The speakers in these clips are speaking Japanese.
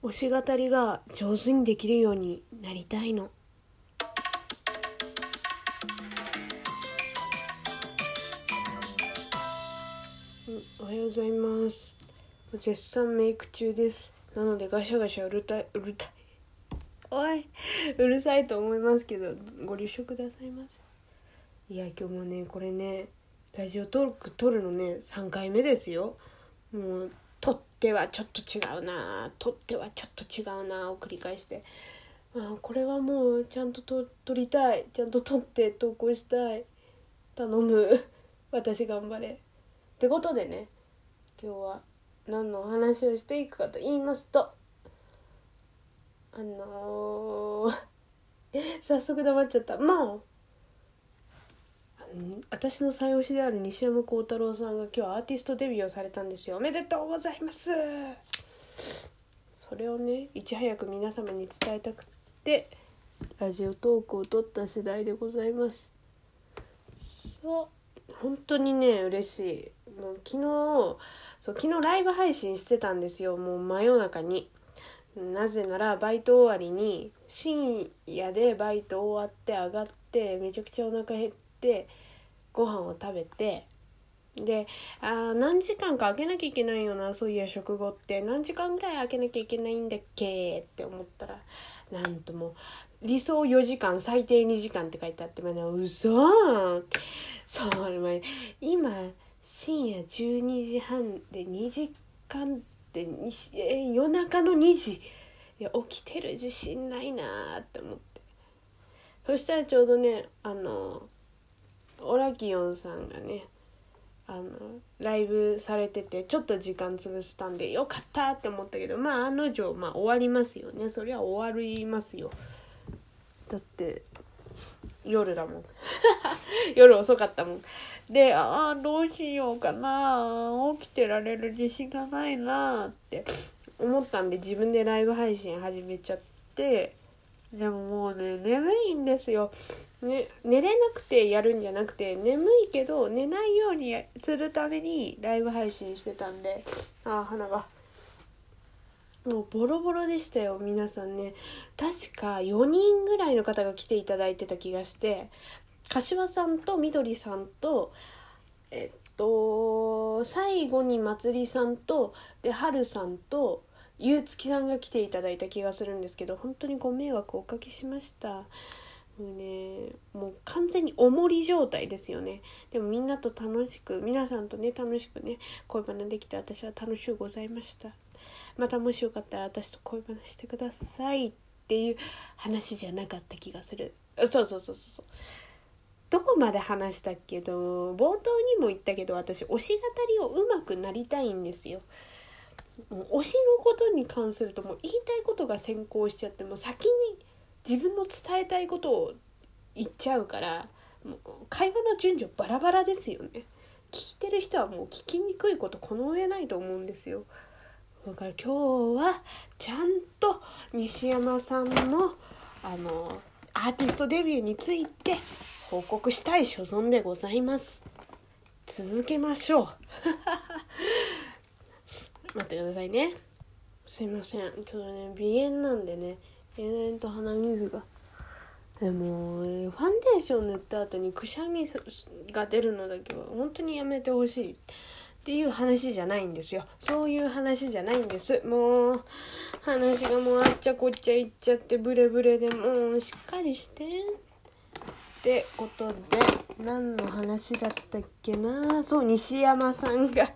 推し語りが上手にできるようになりたいの。おはようございます。絶賛メイク中です。なのでガシャガシャうるさいと思いますけど、ご了承くださいませ。いや、今日もね、これね、ラジオトーク撮るのね、3回目ですよ。もう撮ってはちょっと違うな、撮ってはちょっと違うなを繰り返して、これはもうちゃんと撮りたい、ちゃんと撮って投稿したい、頼む私頑張れってことでね、今日は何のお話をしていくかと言いますと、早速黙っちゃった。私の最推しである西山幸太郎さんが今日アーティストデビューをされたんですよ。おめでとうございます。それをね、いち早く皆様に伝えたくてラジオトークを撮った次第でございます。本当にね、嬉しい。もう昨日ライブ配信してたんですよ。もう真夜中に。なぜならバイト終わりに、深夜でバイト終わって上がって、めちゃくちゃお腹減ってご飯を食べて、で何時間か空けなきゃいけないよな、そういや食後って何時間ぐらい空けなきゃいけないんだっけって思ったら、なんとも理想4時間最低2時間って書いてあって、嘘ーって、今深夜12時半で2時間って夜中の2時、いや起きてる自信ないなって思って、そしたらちょうどね、オラキオンさんがねライブされてて、ちょっと時間潰せたんでよかったって思ったけど、案の定終わりますよね。そりゃ終わりますよ。だって夜だもん夜遅かったもんで、どうしようかな、起きてられる自信がないなって思ったんで、自分でライブ配信始めちゃって、でももうね、眠いんですよ、ね、寝れなくてやるんじゃなくて、眠いけど寝ないようにするためにライブ配信してたんで、鼻がもうボロボロでしたよ。皆さんね、確か4人ぐらいの方が来ていただいてた気がして、柏さんとみどりさんと最後にまつりさんとではるさんとゆうつきさんが来ていただいた気がするんですけど、本当にご迷惑をおかけしました。もう完全におもり状態ですよね。でも皆さんとね楽しくね恋バナできて、私は楽しゅうございました。またもしよかったら私と恋バナしてくださいっていう話じゃなかった気がする。そうどこまで話したっけど、冒頭にも言ったけど、私推し語りを上手くなりたいんですよ。もう推しのことに関するともう言いたいことが先行しちゃって、もう先に自分の伝えたいことを言っちゃうから、もう会話の順序バラバラですよね。聞いてる人はもう聞きにくいことこの上ないと思うんですよ。だから今日はちゃんと西山さんのアーティストデビューについて報告したい所存でございます。続けましょう待ってくださいね。すいません、ちょっとね鼻炎なんでね、延々と鼻水が。でもファンデーション塗った後にくしゃみが出るのだけは本当にやめてほしいっていう話じゃないんですよ。そういう話じゃないんです。もう話がもうあっちゃこっちゃいっちゃってブレブレで、もうしっかりしてってことで、何の話だったっけな。そう、西山さんが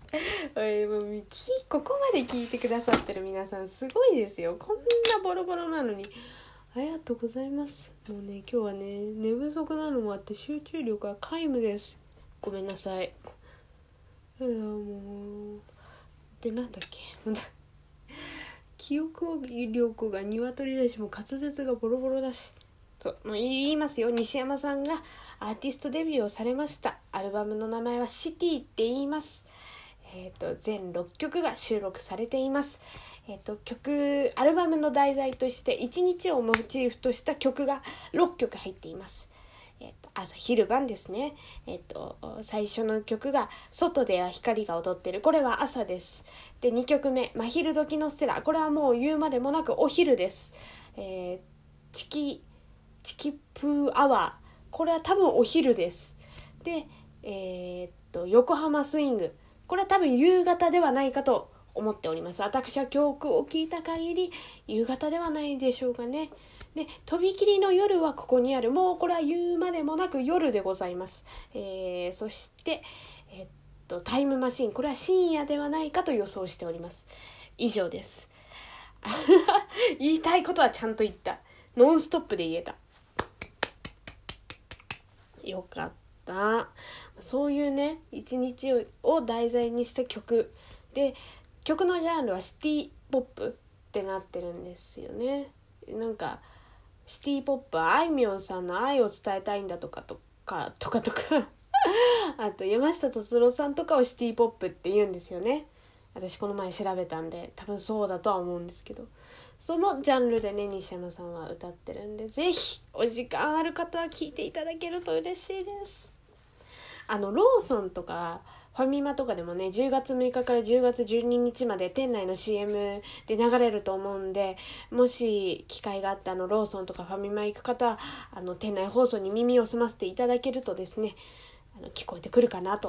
ここまで聞いてくださってる皆さんすごいですよ。こんなボロボロなのにありがとうございます。もうね、今日はね寝不足なのもあって集中力が皆無です。ごめんなさい。もうで、なんだっけ記憶力が鶏だし、もう滑舌がボロボロだし、もう言いますよ。西山さんがアーティストデビューをされました。アルバムの名前はシティって言います。全6曲が収録されています。アルバムの題材として1日をモチーフとした曲が6曲入っています。朝昼晩ですね。最初の曲が外では光が踊ってる、これは朝です。 で2曲目真昼時のステラ、これはもう言うまでもなくお昼です。チキプーアワー、これは多分お昼です。で、横浜スイング、これは多分夕方ではないかと思っております。私は曲を聞いた限り夕方ではないでしょうかね。で、とびきりの夜はここにある、もうこれは言うまでもなく夜でございます。そしてタイムマシーン、これは深夜ではないかと予想しております。以上です言いたいことはちゃんと言った。ノンストップで言えた。よかった。そういうね、一日を題材にした曲で、曲のジャンルはシティポップってなってるんですよね。なんかシティポップはあいみょんさんの愛を伝えたいんだとかあと山下達郎さんとかをシティポップって言うんですよね。私この前調べたんで多分そうだとは思うんですけど、そのジャンルでね西山さんは歌ってるんで、ぜひお時間ある方は聴いていただけると嬉しいです。ローソンとかファミマとかでもね、10月6日から10月12日まで店内の CM で流れると思うんで、もし機会があったローソンとかファミマ行く方は店内放送に耳を澄ませていただけるとですね、聞こえてくるかな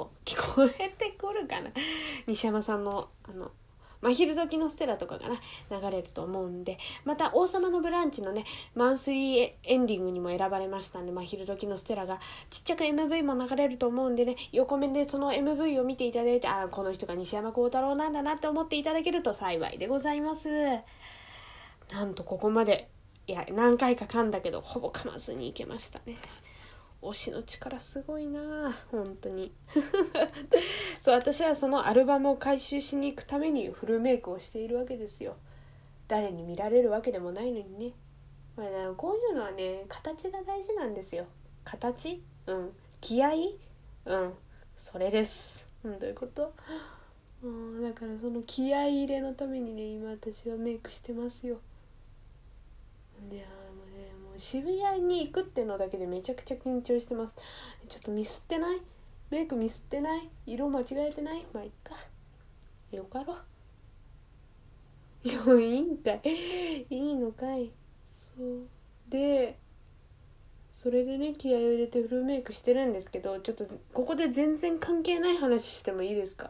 西山さんの真昼時のステラとかが流れると思うんで、また王様のブランチのねマンスリーエンディングにも選ばれましたんで、真昼時のステラがちっちゃく MV も流れると思うんでね、横目でその MV を見ていただいて、この人が西山幸太郎なんだなって思っていただけると幸いでございます。なんとここまで何回か噛んだけどほぼ噛まずにいけましたね。推しの力すごいな本当にそう私はそのアルバムを回収しに行くためにフルメイクをしているわけですよ。誰に見られるわけでもないのにね、こういうのはね形が大事なんですよ。形、気合、それです。どういうこと？だからその気合い入れのためにね今私はメイクしてますよ。もう渋谷に行くってのだけでめちゃくちゃ緊張してます。ちょっとミスってない？メイクミスってない？色間違えてない？まあいっか、よかろ。いいんかいいいのかい。そうで、それでね気合を入れてフルメイクしてるんですけど、ちょっとここで全然関係ない話してもいいですか？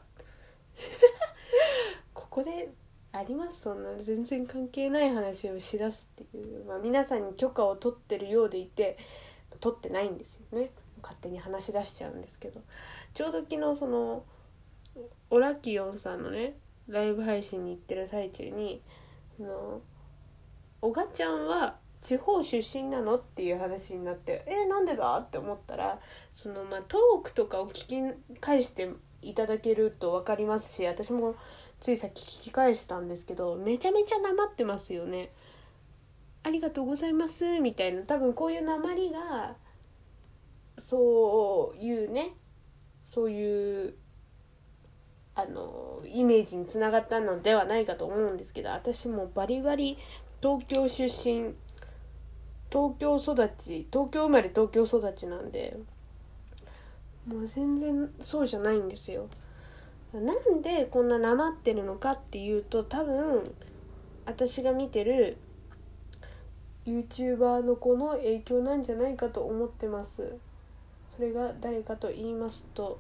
ここであります？そんな全然関係ない話をしだすっていう、皆さんに許可を取ってるようでいて取ってないんですよね。勝手に話し出しちゃうんですけど、ちょうど昨日そのオラキオンさんのねライブ配信に行ってる最中におがちゃんは地方出身なのっていう話になって、なんでだって思ったら、トークとかを聞き返していただけると分かりますし、私もついさっき聞き返したんですけど、めちゃめちゃなまってますよね。ありがとうございますみたいな、多分こういうなまりがそういうイメージにつながったのではないかと思うんですけど、私もバリバリ東京出身、東京生まれ東京育ちなんで、もう全然そうじゃないんですよ。なんでこんななまってるのかっていうと、多分私が見てる YouTuber の子の影響なんじゃないかと思ってます。それが誰かと言いますと、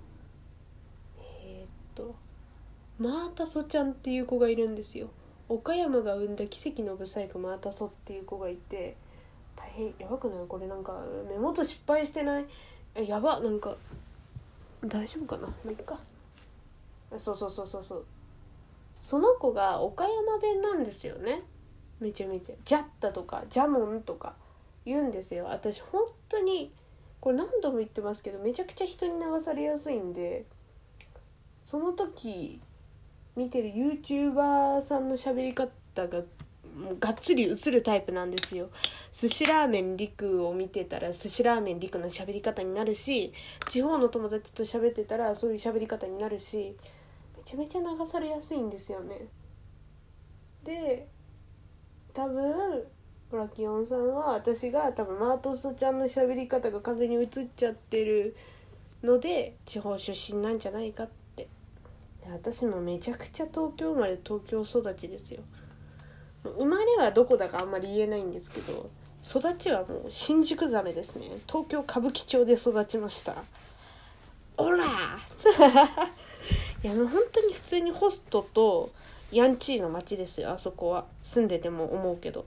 マータソちゃんっていう子がいるんですよ。岡山が生んだ奇跡のブサイクマータソっていう子がいて、大変やばくない？これなんか目元失敗してない？やば、なんか大丈夫かな？まあ、いっか。そうその子が岡山弁なんですよね。めちゃめちゃジャッタとかジャモンとか言うんですよ。私本当にこれ何度も言ってますけど、めちゃくちゃ人に流されやすいんで、その時見てる YouTuber さんの喋り方がもうがっつり映るタイプなんですよ。寿司ラーメン陸を見てたら寿司ラーメン陸の喋り方になるし、地方の友達と喋ってたらそういう喋り方になるし、めちゃめちゃ流されやすいんですよね。で多分ホラキオンさんは私が多分マートスちゃんの喋り方が完全に映っちゃってるので地方出身なんじゃないかって私もめちゃくちゃ東京生まれ東京育ちですよ。生まれはどこだかあんまり言えないんですけど、育ちはもう新宿ザメですね。東京歌舞伎町で育ちました。オラいやもう本当に普通にホストとヤンチーの街ですよ。あそこは住んでても思うけど、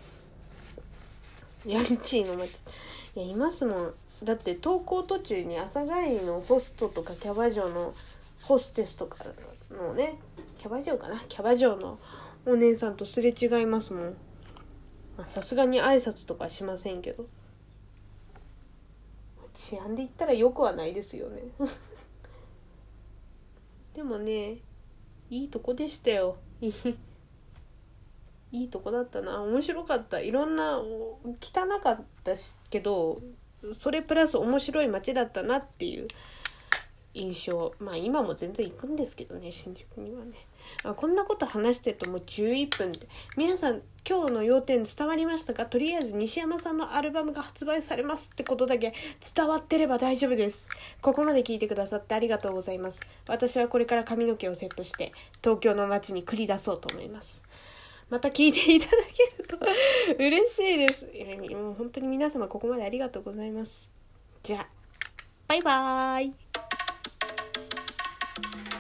ヤンチーの街、いやいますもん。だって登校途中に朝帰りのホストとかキャバ嬢のホステスとかのね、キャバ嬢のお姉さんとすれ違いますもん。さすがに挨拶とかしませんけど、治安で言ったらよくはないですよねでもね、いいとこでしたよいいとこだったな。面白かった。いろんな汚かったけど、それプラス面白い街だったなっていう印象。今も全然行くんですけどね、新宿にはね。こんなこと話してるともう11分で、皆さん今日の要点伝わりましたか？とりあえず西山さんのアルバムが発売されますってことだけ伝わってれば大丈夫です。ここまで聞いてくださってありがとうございます。私はこれから髪の毛をセットして東京の街に繰り出そうと思います。また聞いていただけると嬉しいです。もう本当に皆様ここまでありがとうございます。じゃあバイバーイ。